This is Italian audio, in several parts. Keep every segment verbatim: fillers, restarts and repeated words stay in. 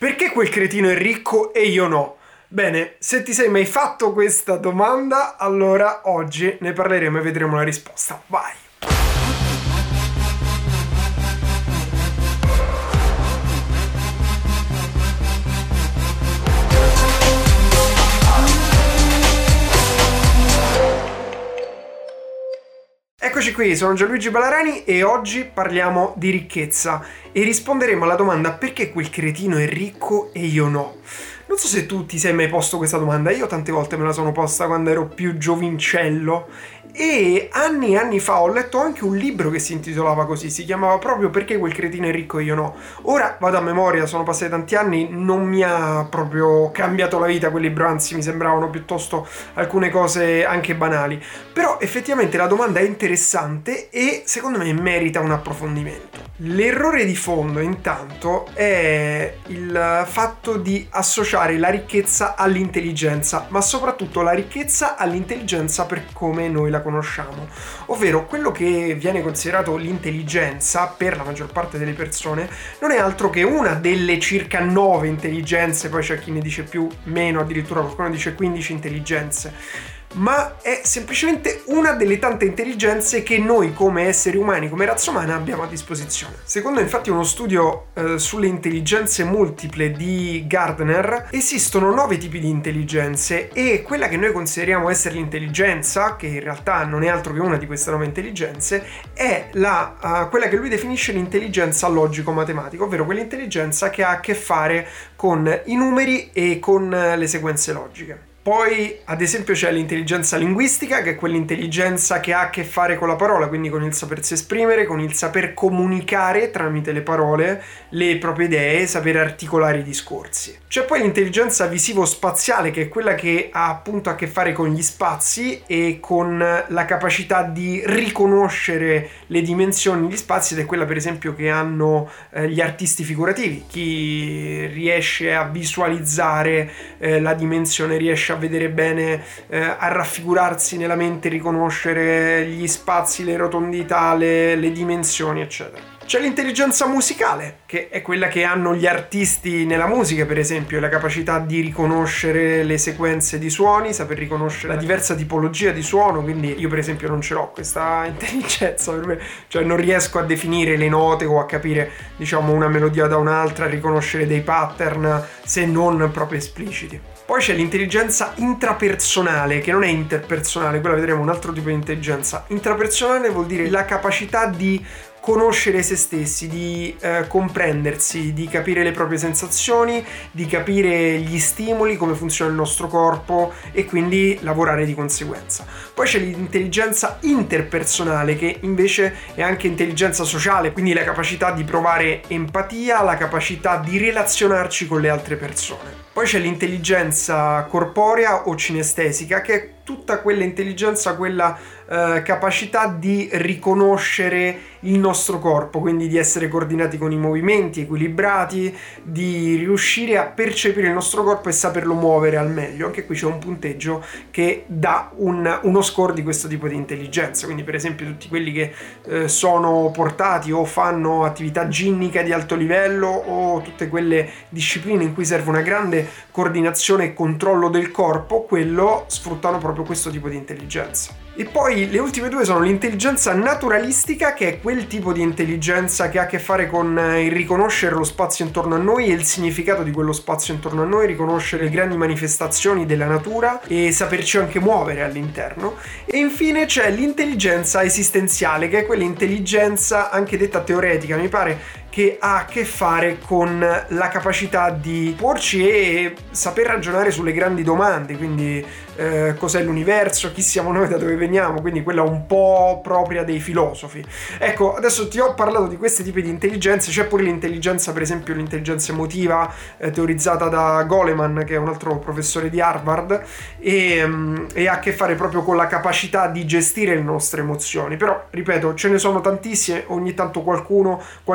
Perché quel cretino è ricco e io no? Bene, se ti sei mai fatto questa domanda, allora oggi ne parleremo e vedremo la risposta. Vai! Eccoci qui, sono Gianluigi Balarani e oggi parliamo di ricchezza e risponderemo alla domanda perché quel cretino è ricco e io no. Non so se tu ti sei mai posto questa domanda, io tante volte me la sono posta quando ero più giovincello e anni e anni fa ho letto anche un libro che si intitolava così, si chiamava proprio Perché quel cretino è ricco e io no. Ora vado a memoria, sono passati tanti anni, non mi ha proprio cambiato la vita quel libro, anzi mi sembravano piuttosto alcune cose anche banali, però effettivamente la domanda è interessante e secondo me merita un approfondimento. L'errore di fondo intanto è il fatto di associare la ricchezza all'intelligenza, ma soprattutto la ricchezza all'intelligenza per come noi la conosciamo, ovvero quello che viene considerato l'intelligenza per la maggior parte delle persone non è altro che una delle circa nove intelligenze, poi c'è chi ne dice più, meno, addirittura qualcuno dice quindici intelligenze, ma è semplicemente una delle tante intelligenze che noi come esseri umani, come razza umana abbiamo a disposizione. Secondo infatti uno studio eh, sulle intelligenze multiple di Gardner, esistono nove tipi di intelligenze e quella che noi consideriamo essere l'intelligenza, che in realtà non è altro che una di queste nove intelligenze, è la, uh, quella che lui definisce l'intelligenza logico-matematica, ovvero quell'intelligenza che ha a che fare con i numeri e con le sequenze logiche. Poi, ad esempio, c'è l'intelligenza linguistica, che è quell'intelligenza che ha a che fare con la parola, quindi con il sapersi esprimere, con il saper comunicare tramite le parole le proprie idee, saper articolare i discorsi. C'è poi l'intelligenza visivo-spaziale, che è quella che ha appunto a che fare con gli spazi e con la capacità di riconoscere le dimensioni degli spazi, ed è quella per esempio che hanno eh, gli artisti figurativi. Chi riesce a visualizzare eh, la dimensione, riesce a vedere bene, eh, a raffigurarsi nella mente, riconoscere gli spazi, le rotondità, le, le dimensioni, eccetera. C'è l'intelligenza musicale, che è quella che hanno gli artisti nella musica, per esempio, la capacità di riconoscere le sequenze di suoni, saper riconoscere la diversa tipologia di suono, quindi io per esempio non ce l'ho questa intelligenza per me, cioè non riesco a definire le note o a capire, diciamo, una melodia da un'altra, a riconoscere dei pattern se non proprio espliciti. Poi c'è l'intelligenza intrapersonale, che non è interpersonale, quella vedremo un altro tipo di intelligenza. Intrapersonale vuol dire la capacità di conoscere se stessi, di eh, comprendersi, di capire le proprie sensazioni, di capire gli stimoli, come funziona il nostro corpo e quindi lavorare di conseguenza. Poi c'è l'intelligenza interpersonale, che invece è anche intelligenza sociale, quindi la capacità di provare empatia, la capacità di relazionarci con le altre persone. Poi c'è l'intelligenza corporea o cinestesica, che è tutta quella intelligenza, quella eh, capacità di riconoscere il nostro corpo, quindi di essere coordinati con i movimenti, equilibrati, di riuscire a percepire il nostro corpo e saperlo muovere al meglio. Anche qui c'è un punteggio che dà un, uno score di questo tipo di intelligenza, quindi per esempio tutti quelli che eh, sono portati o fanno attività ginnica di alto livello o tutte quelle discipline in cui serve una grande coordinazione e controllo del corpo, quello sfruttano proprio questo tipo di intelligenza. E poi le ultime due sono l'intelligenza naturalistica, che è quel tipo di intelligenza che ha a che fare con il riconoscere lo spazio intorno a noi e il significato di quello spazio intorno a noi, riconoscere le grandi manifestazioni della natura e saperci anche muovere all'interno. E infine c'è l'intelligenza esistenziale, che è quell'intelligenza anche detta teoretica, mi pare, che ha a che fare con la capacità di porci e saper ragionare sulle grandi domande, quindi eh, cos'è l'universo, chi siamo noi, da dove veniamo, quindi quella un po' propria dei filosofi. Ecco, adesso ti ho parlato di questi tipi di intelligenze, c'è pure l'intelligenza, per esempio l'intelligenza emotiva eh, teorizzata da Goleman, che è un altro professore di Harvard, e, um, e ha a che fare proprio con la capacità di gestire le nostre emozioni. Però, ripeto, ce ne sono tantissime, ogni tanto qualcuno, qualche studio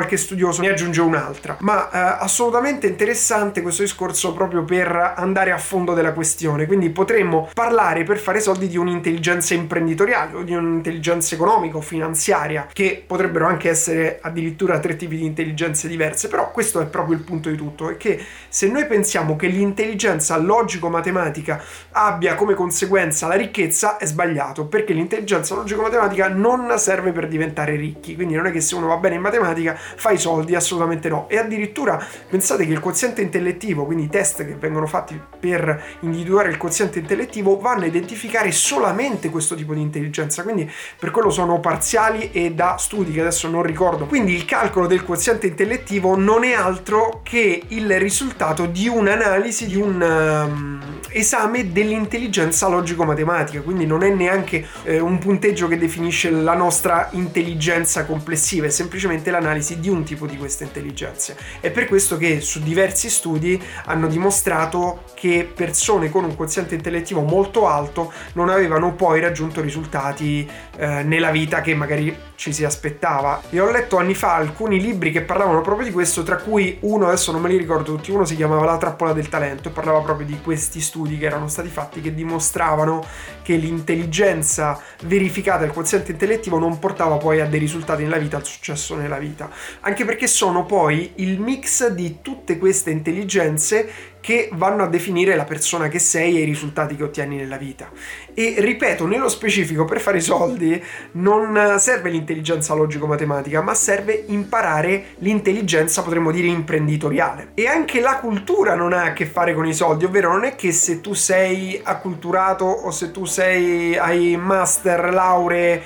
studioso ne aggiunge un'altra. Ma eh, assolutamente interessante questo discorso proprio per andare a fondo della questione, quindi potremmo parlare per fare soldi di un'intelligenza imprenditoriale o di un'intelligenza economica o finanziaria, che potrebbero anche essere addirittura tre tipi di intelligenze diverse, però questo è proprio il punto di tutto, è che se noi pensiamo che l'intelligenza logico-matematica abbia come conseguenza la ricchezza, è sbagliato, perché l'intelligenza logico-matematica non serve per diventare ricchi, quindi non è che se uno va bene in matematica fa i soldi, assolutamente no. E addirittura pensate che il quoziente intellettivo, quindi i test che vengono fatti per individuare il quoziente intellettivo, vanno a identificare solamente questo tipo di intelligenza, quindi per quello sono parziali e da studi che adesso non ricordo. Quindi il calcolo del quoziente intellettivo non è altro che il risultato di un'analisi, di un um, esame dell'intelligenza logico-matematica, quindi non è neanche eh, un punteggio che definisce la nostra intelligenza complessiva, è semplicemente l'analisi di un tipo di queste intelligenze. È per questo che su diversi studi hanno dimostrato che persone con un quoziente intellettivo molto alto non avevano poi raggiunto risultati eh, nella vita che magari ci si aspettava. E ho letto anni fa alcuni libri che parlavano proprio di questo, tra cui uno, adesso non me li ricordo tutti, uno si chiamava La trappola del talento e parlava proprio di questi studi che erano stati fatti, che dimostravano che l'intelligenza verificata, il quoziente intellettivo, non portava poi a dei risultati nella vita, al successo nella vita, anche perché sono poi il mix di tutte queste intelligenze che vanno a definire la persona che sei e i risultati che ottieni nella vita. E ripeto, nello specifico, per fare i soldi non serve l'intelligenza logico-matematica, ma serve imparare l'intelligenza, potremmo dire, imprenditoriale. E anche la cultura non ha a che fare con i soldi, ovvero non è che se tu sei acculturato o se tu sei hai master, lauree,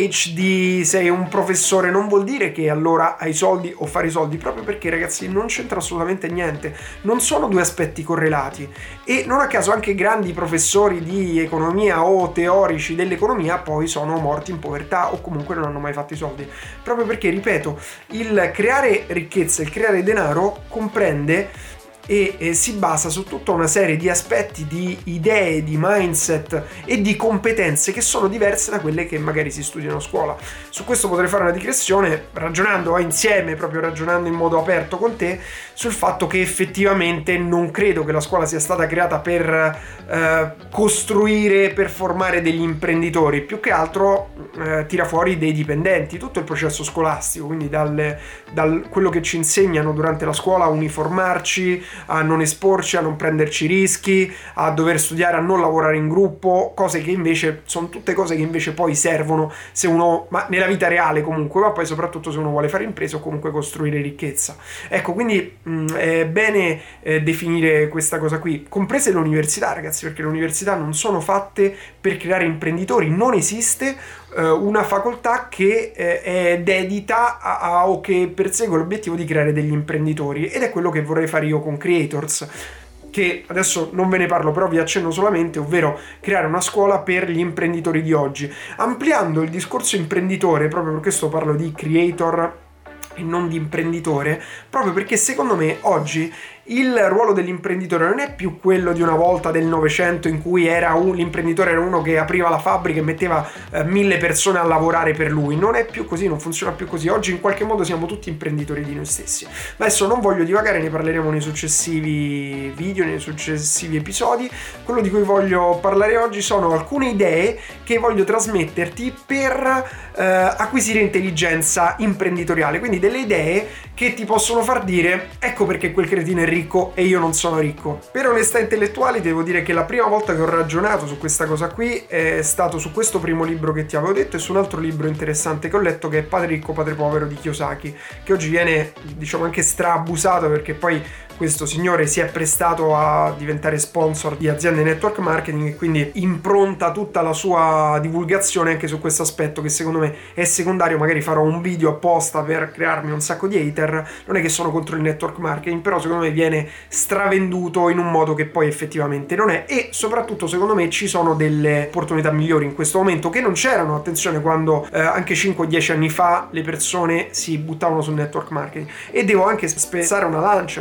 PhD, sei un professore, non vuol dire che allora hai soldi o fare i soldi, proprio perché, ragazzi, non c'entra assolutamente niente, non sono due aspetti correlati. E non a caso anche grandi professori di economia o teorici dell'economia poi sono morti in povertà o comunque non hanno mai fatto i soldi, proprio perché, ripeto, il creare ricchezza, il creare denaro comprende e eh, si basa su tutta una serie di aspetti, di idee, di mindset e di competenze che sono diverse da quelle che magari si studiano a scuola. Su questo potrei fare una digressione ragionando insieme, proprio ragionando in modo aperto con te, sul fatto che effettivamente non credo che la scuola sia stata creata per eh, costruire, per formare degli imprenditori, più che altro eh, tira fuori dei dipendenti, tutto il processo scolastico, quindi dal, dal quello che ci insegnano durante la scuola a uniformarci, a non esporci, a non prenderci rischi, a dover studiare, a non lavorare in gruppo, cose che invece sono tutte cose che invece poi servono se uno, ma nella vita reale comunque, ma poi soprattutto se uno vuole fare impresa o comunque costruire ricchezza. Ecco, quindi mh, è bene eh, definire questa cosa qui, comprese le università, ragazzi, perché le università non sono fatte per creare imprenditori, non esiste una facoltà che eh, è dedita a, a, o che persegue l'obiettivo di creare degli imprenditori, ed è quello che vorrei fare io con Creators, che adesso non ve ne parlo, però vi accenno solamente, ovvero creare una scuola per gli imprenditori di oggi, ampliando il discorso imprenditore. Proprio per questo parlo di creator e non di imprenditore, proprio perché secondo me oggi il ruolo dell'imprenditore non è più quello di una volta del Novecento, in cui era un, l'imprenditore era uno che apriva la fabbrica e metteva eh, mille persone a lavorare per lui. Non è più così, non funziona più così. Oggi in qualche modo siamo tutti imprenditori di noi stessi. Ma adesso non voglio divagare, ne parleremo nei successivi video, nei successivi episodi. Quello di cui voglio parlare oggi sono alcune idee che voglio trasmetterti per eh, acquisire intelligenza imprenditoriale, quindi delle idee che ti possono far dire: ecco perché quel cretino è ricco e io non sono ricco. Per onestà intellettuale devo dire che la prima volta che ho ragionato su questa cosa qui è stato su questo primo libro che ti avevo detto e su un altro libro interessante che ho letto, che è Padre ricco, padre povero di Kiyosaki, che oggi viene, diciamo, anche straabusato, perché poi questo signore si è prestato a diventare sponsor di aziende network marketing e quindi impronta tutta la sua divulgazione anche su questo aspetto, che secondo me è secondario. Magari farò un video apposta per crearmi un sacco di hater, non è che sono contro il network marketing, però secondo me viene stravenduto in un modo che poi effettivamente non è, e soprattutto secondo me ci sono delle opportunità migliori in questo momento che non c'erano, attenzione, quando eh, anche cinque dieci anni fa le persone si buttavano sul network marketing. E devo anche spezzare una lancia fuori il network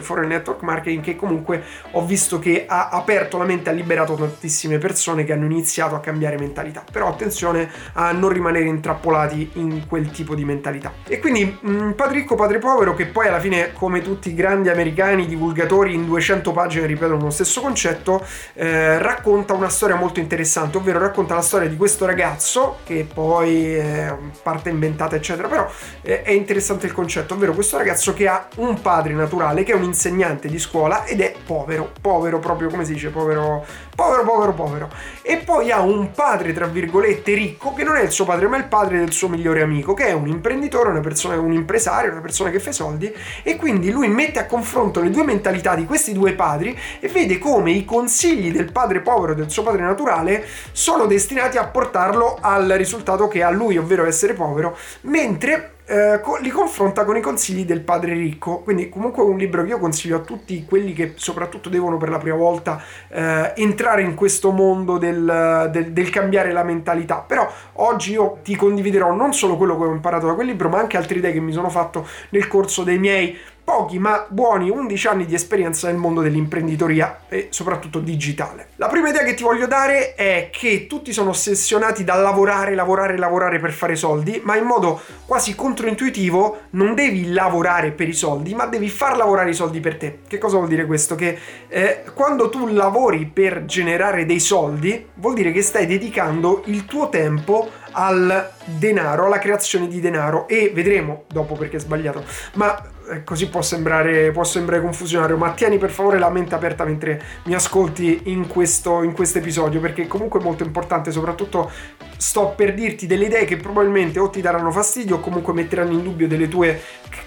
network marketing, che comunque ho visto che ha aperto la mente, ha liberato tantissime persone che hanno iniziato a cambiare mentalità. Però attenzione a non rimanere intrappolati in quel tipo di mentalità. E quindi mh, Padre ricco, padre povero, che poi alla fine, come tutti i grandi americani divulgatori in duecento pagine ripetono lo stesso concetto, eh, racconta una storia molto interessante, ovvero racconta la storia di questo ragazzo, che poi è parte inventata eccetera, però eh, è interessante il concetto, ovvero questo ragazzo che ha un padre naturale che è un insegnante di scuola ed è povero, povero proprio, come si dice, povero, povero, povero, povero, e poi ha un padre tra virgolette ricco, che non è il suo padre ma è il padre del suo migliore amico, che è un imprenditore, una persona, un impresario, una persona che fa soldi, e quindi lui mette a confronto le due mentalità di questi due padri e vede come i consigli del padre povero e del suo padre naturale sono destinati a portarlo al risultato che ha lui, ovvero essere povero, mentre Eh, li confronta con i consigli del padre ricco. Quindi comunque è un libro che io consiglio a tutti quelli che soprattutto devono per la prima volta eh, entrare in questo mondo del, del, del cambiare la mentalità. Però oggi io ti condividerò non solo quello che ho imparato da quel libro, ma anche altre idee che mi sono fatto nel corso dei miei pochi ma buoni undici anni di esperienza nel mondo dell'imprenditoria e soprattutto digitale. La prima idea che ti voglio dare è che tutti sono ossessionati dal lavorare, lavorare, lavorare per fare soldi, ma in modo quasi controintuitivo non devi lavorare per i soldi, ma devi far lavorare i soldi per te. Che cosa vuol dire questo? Che eh, quando tu lavori per generare dei soldi, vuol dire che stai dedicando il tuo tempo al denaro, alla creazione di denaro, e vedremo dopo perché è sbagliato, ma così può sembrare, può sembrare confusionario, ma tieni per favore la mente aperta mentre mi ascolti in questo in questo episodio, perché comunque è molto importante. Soprattutto sto per dirti delle idee che probabilmente o ti daranno fastidio o comunque metteranno in dubbio delle tue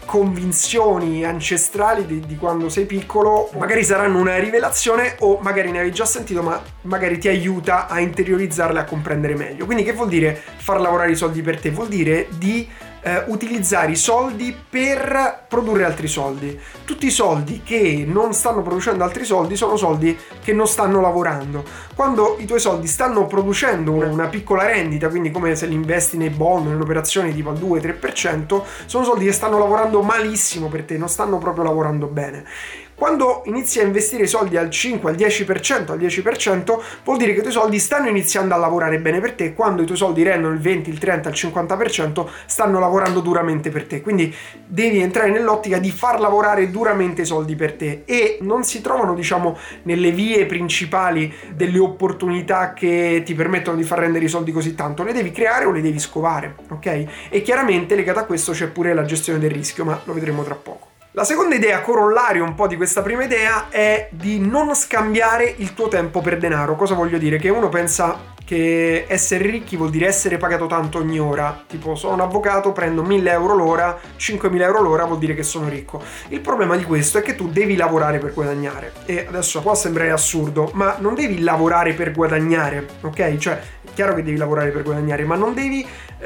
convinzioni ancestrali di, di quando sei piccolo. Magari saranno una rivelazione o magari ne avevi già sentito, ma magari ti aiuta a interiorizzarle, a comprendere meglio. Quindi che vuol dire far lavorare i soldi per te? Vuol dire di Eh, utilizzare i soldi per produrre altri soldi. Tutti i soldi che non stanno producendo altri soldi sono soldi che non stanno lavorando. Quando i tuoi soldi stanno producendo una, una piccola rendita, quindi come se li investi nei bond, in un'operazione tipo al due tre per cento, sono soldi che stanno lavorando malissimo per te, non stanno proprio lavorando bene. Quando inizi a investire i soldi al cinque, al dieci per cento, al dieci per cento, vuol dire che i tuoi soldi stanno iniziando a lavorare bene per te. Quando i tuoi soldi rendono il venti, il trenta, il cinquanta per cento, stanno lavorando duramente per te. Quindi devi entrare nell'ottica di far lavorare duramente i soldi per te, e non si trovano, diciamo, nelle vie principali delle opportunità che ti permettono di far rendere i soldi così tanto. Le devi creare o le devi scovare, ok? E chiaramente legato a questo c'è pure la gestione del rischio, ma lo vedremo tra poco. La seconda idea, corollario un po' di questa prima idea, è di non scambiare il tuo tempo per denaro. Cosa voglio dire? Che uno pensa che essere ricchi vuol dire essere pagato tanto ogni ora. Tipo, sono un avvocato, prendo mille euro l'ora, cinquemila euro l'ora, vuol dire che sono ricco. Il problema di questo è che tu devi lavorare per guadagnare. E adesso può sembrare assurdo, ma non devi lavorare per guadagnare, ok? Cioè, è chiaro che devi lavorare per guadagnare, ma non devi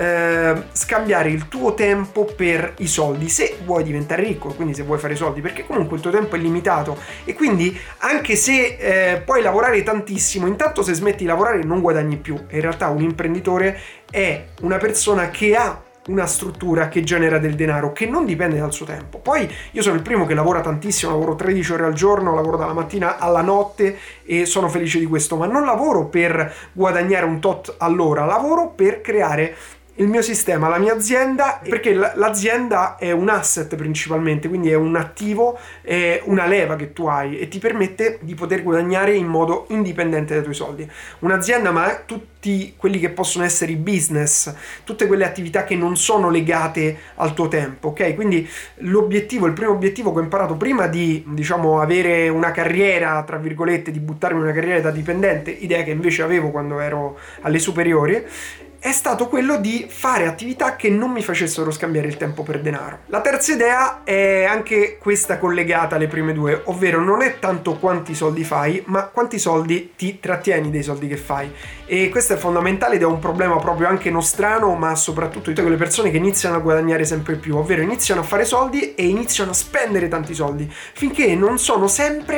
eh, scambiare il tuo tempo per i soldi se vuoi diventare ricco, quindi se vuoi fare soldi, perché comunque il tuo tempo è limitato. E quindi anche se eh, puoi lavorare tantissimo, intanto se smetti di lavorare non guadagni più. E in realtà un imprenditore è una persona che ha una struttura che genera del denaro, che non dipende dal suo tempo. Poi io sono il primo che lavora tantissimo, lavoro tredici ore al giorno, lavoro dalla mattina alla notte e sono felice di questo, ma non lavoro per guadagnare un tot all'ora, lavoro per creare il mio sistema, la mia azienda, perché l'azienda è un asset principalmente, quindi è un attivo, è una leva che tu hai e ti permette di poter guadagnare in modo indipendente dai tuoi soldi. Un'azienda, ma tutti quelli che possono essere i business, tutte quelle attività che non sono legate al tuo tempo, ok? Quindi l'obiettivo, il primo obiettivo che ho imparato prima di, diciamo, avere una carriera, tra virgolette, di buttarmi in una carriera da dipendente, idea che invece avevo quando ero alle superiori, è stato quello di fare attività che non mi facessero scambiare il tempo per denaro. La terza idea è anche questa collegata alle prime due, ovvero non è tanto quanti soldi fai, ma quanti soldi ti trattieni dei soldi che fai. E questo è fondamentale ed è un problema proprio anche nostrano, ma soprattutto di tutte quelle persone che iniziano a guadagnare sempre più, ovvero iniziano a fare soldi e iniziano a spendere tanti soldi, finché non sono sempre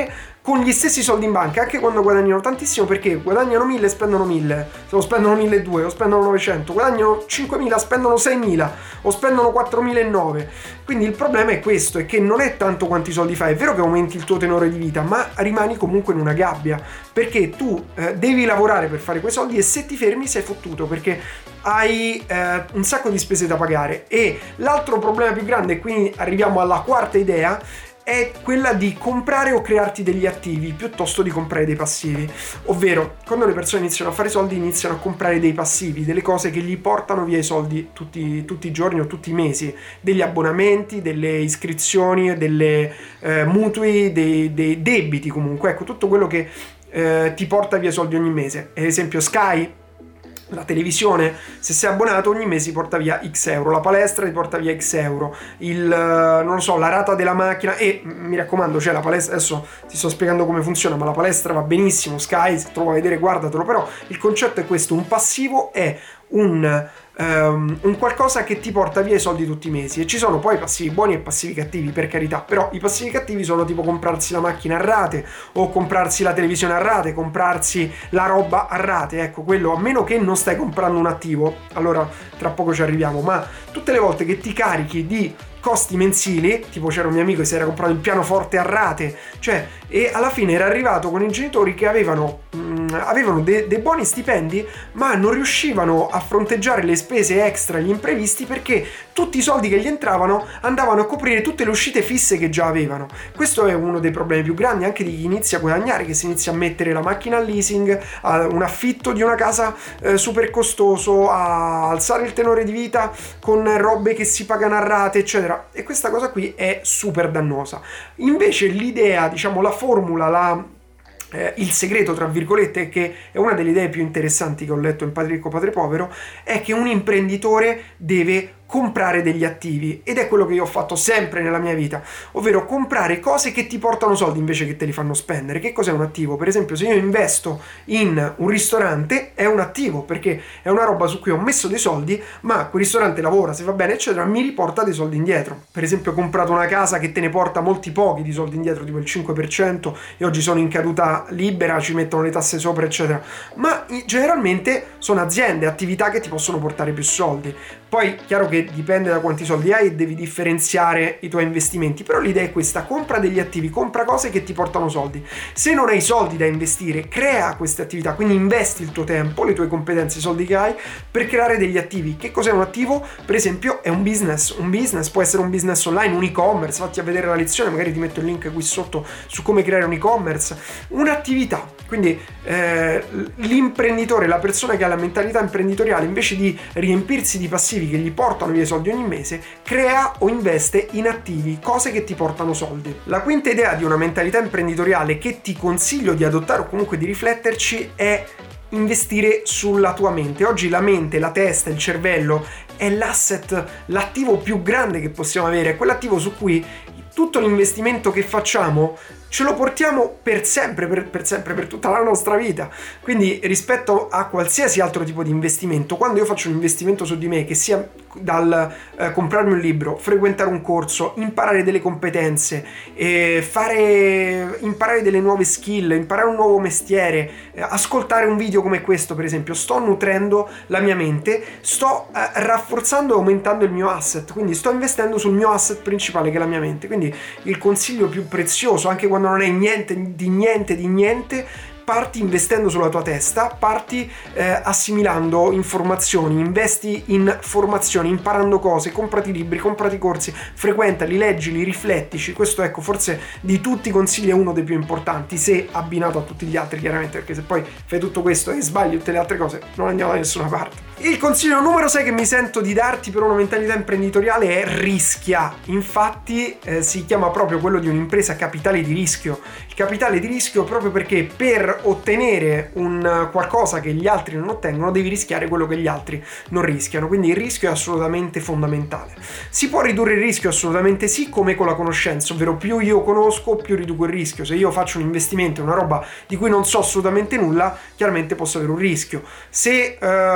con gli stessi soldi in banca, anche quando guadagnano tantissimo, perché guadagnano mille e spendono mille, se lo spendono milleduecento o spendono novecento, guadagnano cinquemila, spendono seimila o spendono quattromilanovecento. Quindi il problema è questo, è che non è tanto quanti soldi fai, è vero che aumenti il tuo tenore di vita, ma rimani comunque in una gabbia, perché tu eh, devi lavorare per fare quei soldi e se ti fermi sei fottuto, perché hai eh, un sacco di spese da pagare. E l'altro problema più grande, e quindi arriviamo alla quarta idea, è quella di comprare o crearti degli attivi piuttosto di comprare dei passivi. Ovvero, quando le persone iniziano a fare soldi, iniziano a comprare dei passivi, delle cose che gli portano via i soldi tutti, tutti i giorni o tutti i mesi, degli abbonamenti, delle iscrizioni, delle eh, mutui, dei, dei debiti comunque, ecco, tutto quello che eh, ti porta via soldi ogni mese. Ad esempio Sky, la televisione, se sei abbonato ogni mese ti porta via X euro, la palestra ti porta via X euro, il, non lo so, la rata della macchina. E mi raccomando, c'è la palestra, adesso ti sto spiegando come funziona, ma la palestra va benissimo, Sky, se trovo a vedere guardatelo, però il concetto è questo: un passivo è un Um, un qualcosa che ti porta via i soldi tutti i mesi. E ci sono poi passivi buoni e passivi cattivi, per carità, però i passivi cattivi sono tipo comprarsi la macchina a rate o comprarsi la televisione a rate, comprarsi la roba a rate. Ecco, quello, a meno che non stai comprando un attivo, allora tra poco ci arriviamo, ma tutte le volte che ti carichi di costi mensili, tipo c'era un mio amico che si era comprato il pianoforte a rate, cioè, e alla fine era arrivato con i genitori che avevano mh, avevano dei de buoni stipendi, ma non riuscivano a fronteggiare le spese extra, gli imprevisti, perché tutti i soldi che gli entravano andavano a coprire tutte le uscite fisse che già avevano. Questo è uno dei problemi più grandi anche di chi inizia a guadagnare, che si inizia a mettere la macchina al leasing, a un affitto di una casa eh, super costoso, a alzare il tenore di vita con robe che si pagano a rate, eccetera. E questa cosa qui è super dannosa. Invece l'idea, diciamo la formula, la, eh, il segreto tra virgolette, che è una delle idee più interessanti che ho letto in Padre Ricco Padre Povero, è che un imprenditore deve comprare degli attivi, ed è quello che io ho fatto sempre nella mia vita, ovvero comprare cose che ti portano soldi invece che te li fanno spendere. Che cos'è un attivo? Per esempio, se io investo in un ristorante è un attivo, perché è una roba su cui ho messo dei soldi, ma quel ristorante lavora, se va bene eccetera, mi riporta dei soldi indietro. Per esempio, ho comprato una casa che te ne porta molti pochi di soldi indietro, tipo il cinque per cento, e oggi sono in caduta libera, ci mettono le tasse sopra eccetera, ma generalmente sono aziende, attività che ti possono portare più soldi. Poi chiaro che dipende da quanti soldi hai e devi differenziare i tuoi investimenti, però l'idea è questa: compra degli attivi, compra cose che ti portano soldi. Se non hai soldi da investire, crea queste attività, quindi investi il tuo tempo, le tue competenze, i soldi che hai per creare degli attivi. Che cos'è un attivo? Per esempio è un business, un business può essere un business online, un e-commerce, fatti a vedere la lezione, magari ti metto il link qui sotto su come creare un e-commerce, un'attività. Quindi eh, l'imprenditore, la persona che ha la mentalità imprenditoriale, invece di riempirsi di passivi che gli portano via i soldi ogni mese, crea o investe in attivi, cose che ti portano soldi. La quinta idea di una mentalità imprenditoriale che ti consiglio di adottare o comunque di rifletterci è investire sulla tua mente. Oggi la mente, la testa, il cervello è l'asset, l'attivo più grande che possiamo avere, è quell'attivo su cui tutto l'investimento che facciamo ce lo portiamo per sempre, per, per sempre, per tutta la nostra vita. Quindi rispetto a qualsiasi altro tipo di investimento, quando io faccio un investimento su di me, che sia dal eh, comprarmi un libro, frequentare un corso, imparare delle competenze, eh, fare, imparare delle nuove skill, imparare un nuovo mestiere, eh, ascoltare un video come questo per esempio, sto nutrendo la mia mente, sto eh, rafforzando e aumentando il mio asset, quindi sto investendo sul mio asset principale che è la mia mente. Quindi il consiglio più prezioso, anche quando non hai niente di niente di niente, parti investendo sulla tua testa, parti eh, assimilando informazioni, investi in formazione, imparando cose, comprati libri, comprati corsi, frequentali, leggili, riflettici. Questo, ecco, forse di tutti i consigli è uno dei più importanti, se abbinato a tutti gli altri chiaramente, perché se poi fai tutto questo e sbagli tutte le altre cose non andiamo da nessuna parte. Il consiglio numero sei che mi sento di darti per una mentalità imprenditoriale è: rischia. Infatti eh, si chiama proprio quello di un'impresa capitale di rischio. Il capitale di rischio proprio perché per ottenere un qualcosa che gli altri non ottengono devi rischiare quello che gli altri non rischiano, quindi il rischio è assolutamente fondamentale. Si può ridurre il rischio? Assolutamente sì, come con la conoscenza, ovvero più io conosco più riduco il rischio. Se io faccio un investimento in una roba di cui non so assolutamente nulla, chiaramente posso avere un rischio. Se uh, faccio un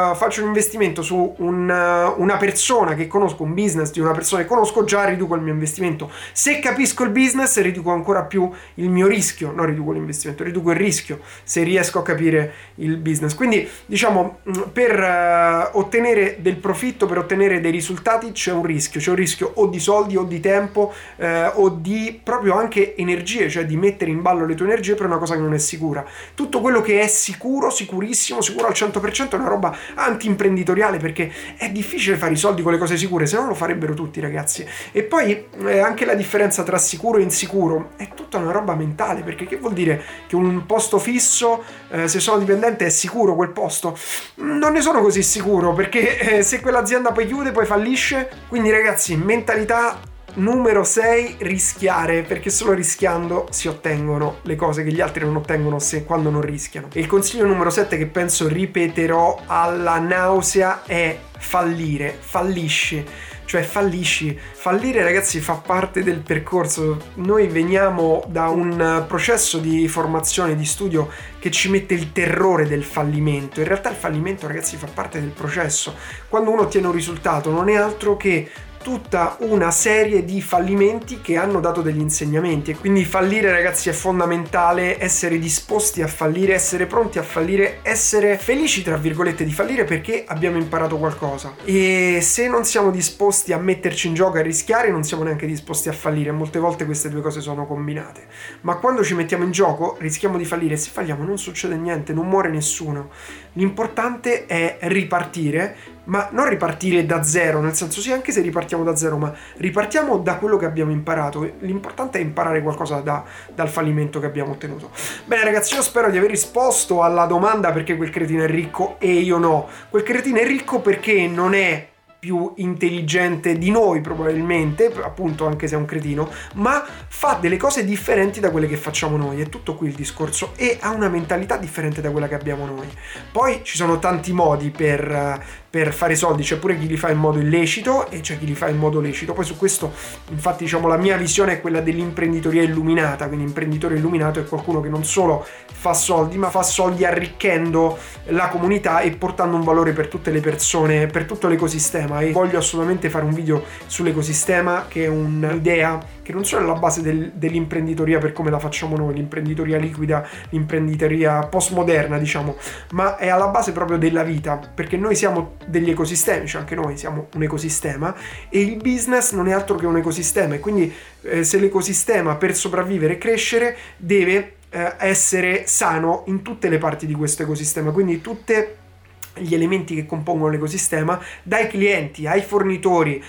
investimento su un, una persona che conosco, un business di una persona che conosco, già riduco il mio investimento. Se capisco il business, riduco ancora più il mio rischio, non riduco l'investimento, riduco il rischio se riesco a capire il business. Quindi diciamo, per uh, ottenere del profitto, per ottenere dei risultati c'è un rischio, c'è un rischio o di soldi o di tempo eh, o di proprio anche energie, cioè di mettere in ballo le tue energie per una cosa che non è sicura. Tutto quello che è sicuro, sicurissimo, sicuro al cento per cento è una roba anti-imprenditoriale, perché è difficile fare i soldi con le cose sicure, se no lo farebbero tutti, ragazzi. E poi eh, anche la differenza tra sicuro e insicuro è tutta una roba mentale, perché che vuol dire che un posto fisso, eh, se sono dipendente, è sicuro quel posto? Non ne sono così sicuro, perché eh, se quell'azienda poi chiude, poi fallisce. Quindi ragazzi, mentalità numero sei, rischiare, perché solo rischiando si ottengono le cose che gli altri non ottengono se quando non rischiano. E il consiglio numero sette, che penso ripeterò alla nausea, è fallire, fallisci. Cioè fallisci. Fallire, ragazzi, fa parte del percorso. Noi veniamo da un processo di formazione, di studio, che ci mette il terrore del fallimento. In realtà il fallimento, ragazzi, fa parte del processo. Quando uno ottiene un risultato non è altro che tutta una serie di fallimenti che hanno dato degli insegnamenti. E quindi fallire, ragazzi, è fondamentale, essere disposti a fallire, essere pronti a fallire, essere felici tra virgolette di fallire perché abbiamo imparato qualcosa. E se non siamo disposti a metterci in gioco e a rischiare, non siamo neanche disposti a fallire. Molte volte queste due cose sono combinate, ma quando ci mettiamo in gioco rischiamo di fallire, e se falliamo non succede niente, non muore nessuno. L'importante è ripartire, ma non ripartire da zero, nel senso sì, anche se ripartiamo da zero, ma ripartiamo da quello che abbiamo imparato. L'importante è imparare qualcosa da, dal fallimento che abbiamo ottenuto. Bene ragazzi, io spero di aver risposto alla domanda perché quel cretino è ricco e io no. Quel cretino è ricco perché non è più intelligente di noi probabilmente, appunto, anche se è un cretino, ma fa delle cose differenti da quelle che facciamo noi, è tutto qui il discorso, e ha una mentalità differente da quella che abbiamo noi. Poi ci sono tanti modi per, per fare soldi, c'è pure chi li fa in modo illecito e c'è chi li fa in modo lecito. Poi su questo, infatti, diciamo, la mia visione è quella dell'imprenditoria illuminata. Quindi imprenditore illuminato è qualcuno che non solo fa soldi, ma fa soldi arricchendo la comunità e portando un valore per tutte le persone, per tutto l'ecosistema. E voglio assolutamente fare un video sull'ecosistema, che è un'idea che non solo è alla base del, dell'imprenditoria per come la facciamo noi, l'imprenditoria liquida, l'imprenditoria postmoderna, diciamo, ma è alla base proprio della vita, perché noi siamo degli ecosistemi, cioè anche noi siamo un ecosistema, e il business non è altro che un ecosistema. E quindi eh, se l'ecosistema, per sopravvivere e crescere, deve eh, essere sano in tutte le parti di questo ecosistema, quindi tutte gli elementi che compongono l'ecosistema, dai clienti ai fornitori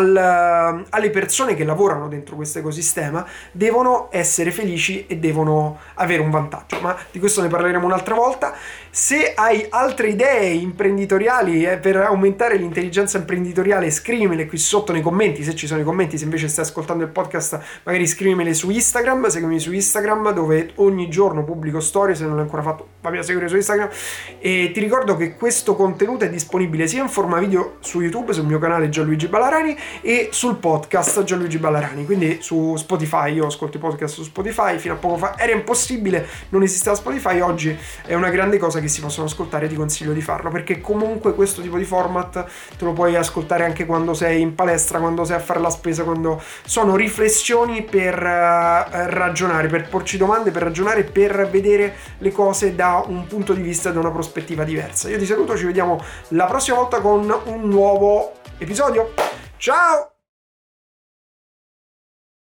al, alle persone che lavorano dentro questo ecosistema, devono essere felici e devono avere un vantaggio. Ma di questo ne parleremo un'altra volta. Se hai altre idee imprenditoriali eh, per aumentare l'intelligenza imprenditoriale, scrivimele qui sotto nei commenti, se ci sono i commenti. Se invece stai ascoltando il podcast, magari scrivimele su Instagram, seguimi su Instagram, dove ogni giorno pubblico storie. Se non l'hai ancora fatto, fammi a seguire su Instagram. E ti ricordo che questo contenuto è disponibile sia in forma video su YouTube, sul mio canale Gianluigi Ballarani, e sul podcast Gianluigi Ballarani, quindi su Spotify. Io ascolto i podcast su Spotify, fino a poco fa era impossibile, non esisteva Spotify, oggi è una grande cosa che si possono ascoltare, ti consiglio di farlo, perché comunque questo tipo di format te lo puoi ascoltare anche quando sei in palestra, quando sei a fare la spesa, quando sono riflessioni per uh, ragionare, per porci domande, per ragionare, per vedere le cose da un punto di vista, da una prospettiva diversa. Io ti saluto, ci vediamo la prossima volta con un nuovo episodio. Ciao!